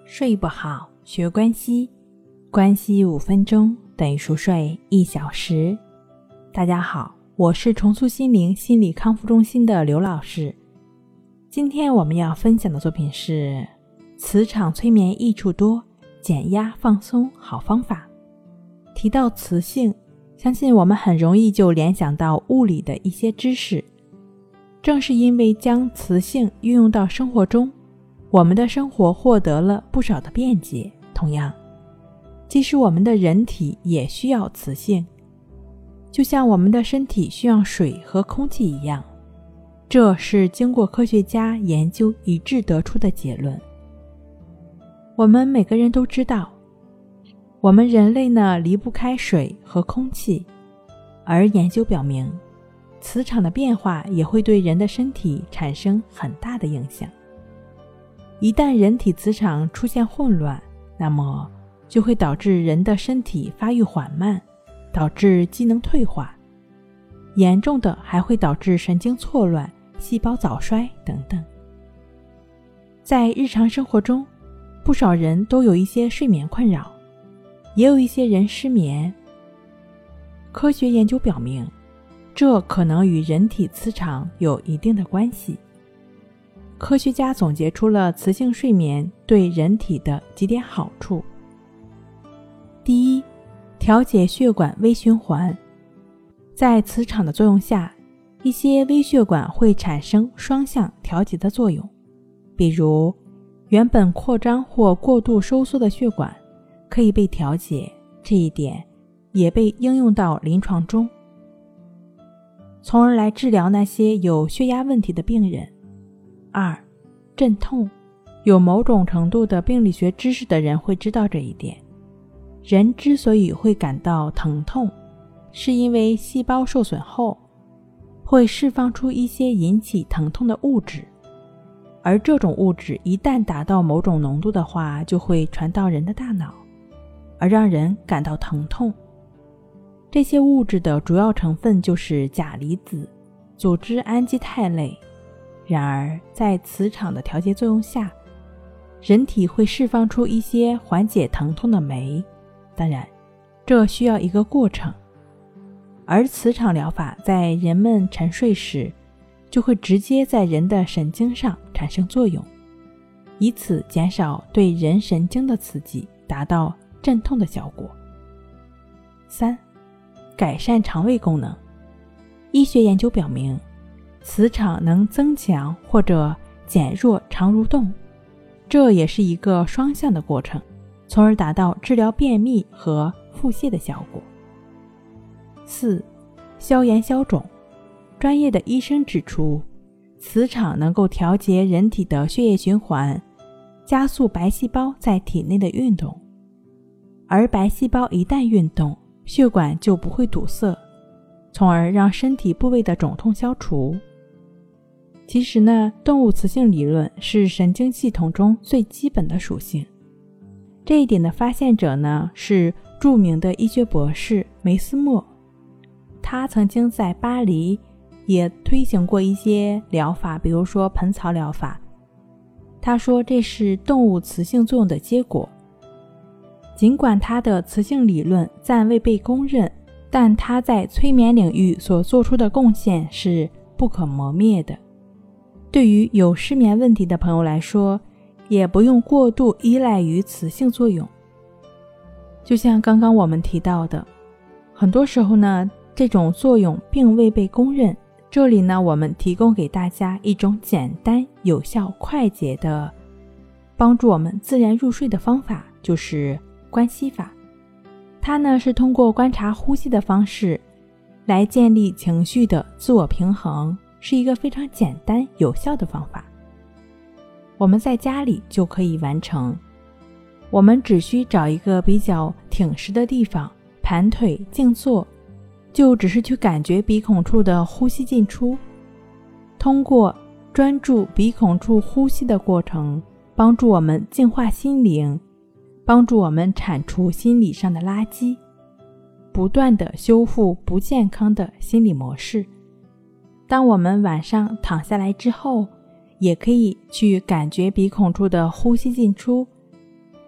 睡不好，学关息，关息5分钟等于熟睡1小时。大家好，我是重塑心灵心理康复中心的刘老师。今天我们要分享的作品是磁场催眠益处多，减压放松好方法。提到磁性，相信我们很容易就联想到物理的一些知识。正是因为将磁性运用到生活中，我们的生活获得了不少的便捷。同样，即使我们的人体也需要磁性，就像我们的身体需要水和空气一样，这是经过科学家研究一致得出的结论。我们每个人都知道，我们人类呢离不开水和空气，而研究表明，磁场的变化也会对人的身体产生很大的影响。一旦人体磁场出现混乱，那么就会导致人的身体发育缓慢，导致机能退化，严重的还会导致神经错乱、细胞早衰等等。在日常生活中，不少人都有一些睡眠困扰，也有一些人失眠。科学研究表明，这可能与人体磁场有一定的关系。科学家总结出了磁性睡眠对人体的几点好处。第一，调节血管微循环。在磁场的作用下，一些微血管会产生双向调节的作用，比如原本扩张或过度收缩的血管可以被调节，这一点也被应用到临床中，从而来治疗那些有血压问题的病人。2. 镇痛。有某种程度的病理学知识的人会知道这一点。人之所以会感到疼痛，是因为细胞受损后会释放出一些引起疼痛的物质，而这种物质一旦达到某种浓度的话，就会传到人的大脑，而让人感到疼痛。这些物质的主要成分就是钾离子、组织氨基肽类。然而，在磁场的调节作用下，人体会释放出一些缓解疼痛的酶，当然，这需要一个过程。而磁场疗法在人们沉睡时，就会直接在人的神经上产生作用，以此减少对人神经的刺激，达到镇痛的效果。3. 改善肠胃功能。医学研究表明，磁场能增强或者减弱肠蠕动，这也是一个双向的过程，从而达到治疗便秘和腹泻的效果。4. 消炎消肿。专业的医生指出，磁场能够调节人体的血液循环，加速白细胞在体内的运动，而白细胞一旦运动，血管就不会堵塞，从而让身体部位的肿痛消除。其实呢，动物磁性理论是神经系统中最基本的属性。这一点的发现者呢，是著名的医学博士梅斯默。他曾经在巴黎也推行过一些疗法，比如说盆草疗法。他说这是动物磁性作用的结果。尽管他的磁性理论暂未被公认，但他在催眠领域所做出的贡献是不可磨灭的。对于有失眠问题的朋友来说，也不用过度依赖于磁性作用。就像刚刚我们提到的，很多时候呢，这种作用并未被公认。这里呢，我们提供给大家一种简单、有效、快捷的帮助我们自然入睡的方法，就是关息法。它呢，是通过观察呼吸的方式来建立情绪的自我平衡，是一个非常简单有效的方法。我们在家里就可以完成。我们只需找一个比较挺实的地方，盘腿静坐，就只是去感觉鼻孔处的呼吸进出。通过专注鼻孔处呼吸的过程，帮助我们净化心灵，帮助我们铲除心理上的垃圾，不断地修复不健康的心理模式。当我们晚上躺下来之后，也可以去感觉鼻孔处的呼吸进出，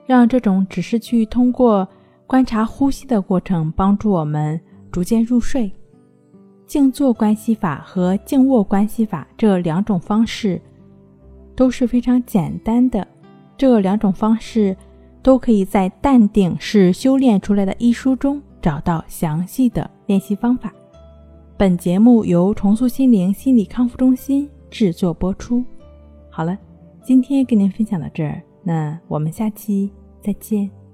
让这种只是去通过观察呼吸的过程帮助我们逐渐入睡。静坐观息法和静卧观息法这两种方式都是非常简单的，这两种方式都可以在《淡定是修炼出来的》一书中找到详细的练习方法。本节目由重塑心灵心理康复中心制作播出。好了，今天跟您分享到这儿，那我们下期再见。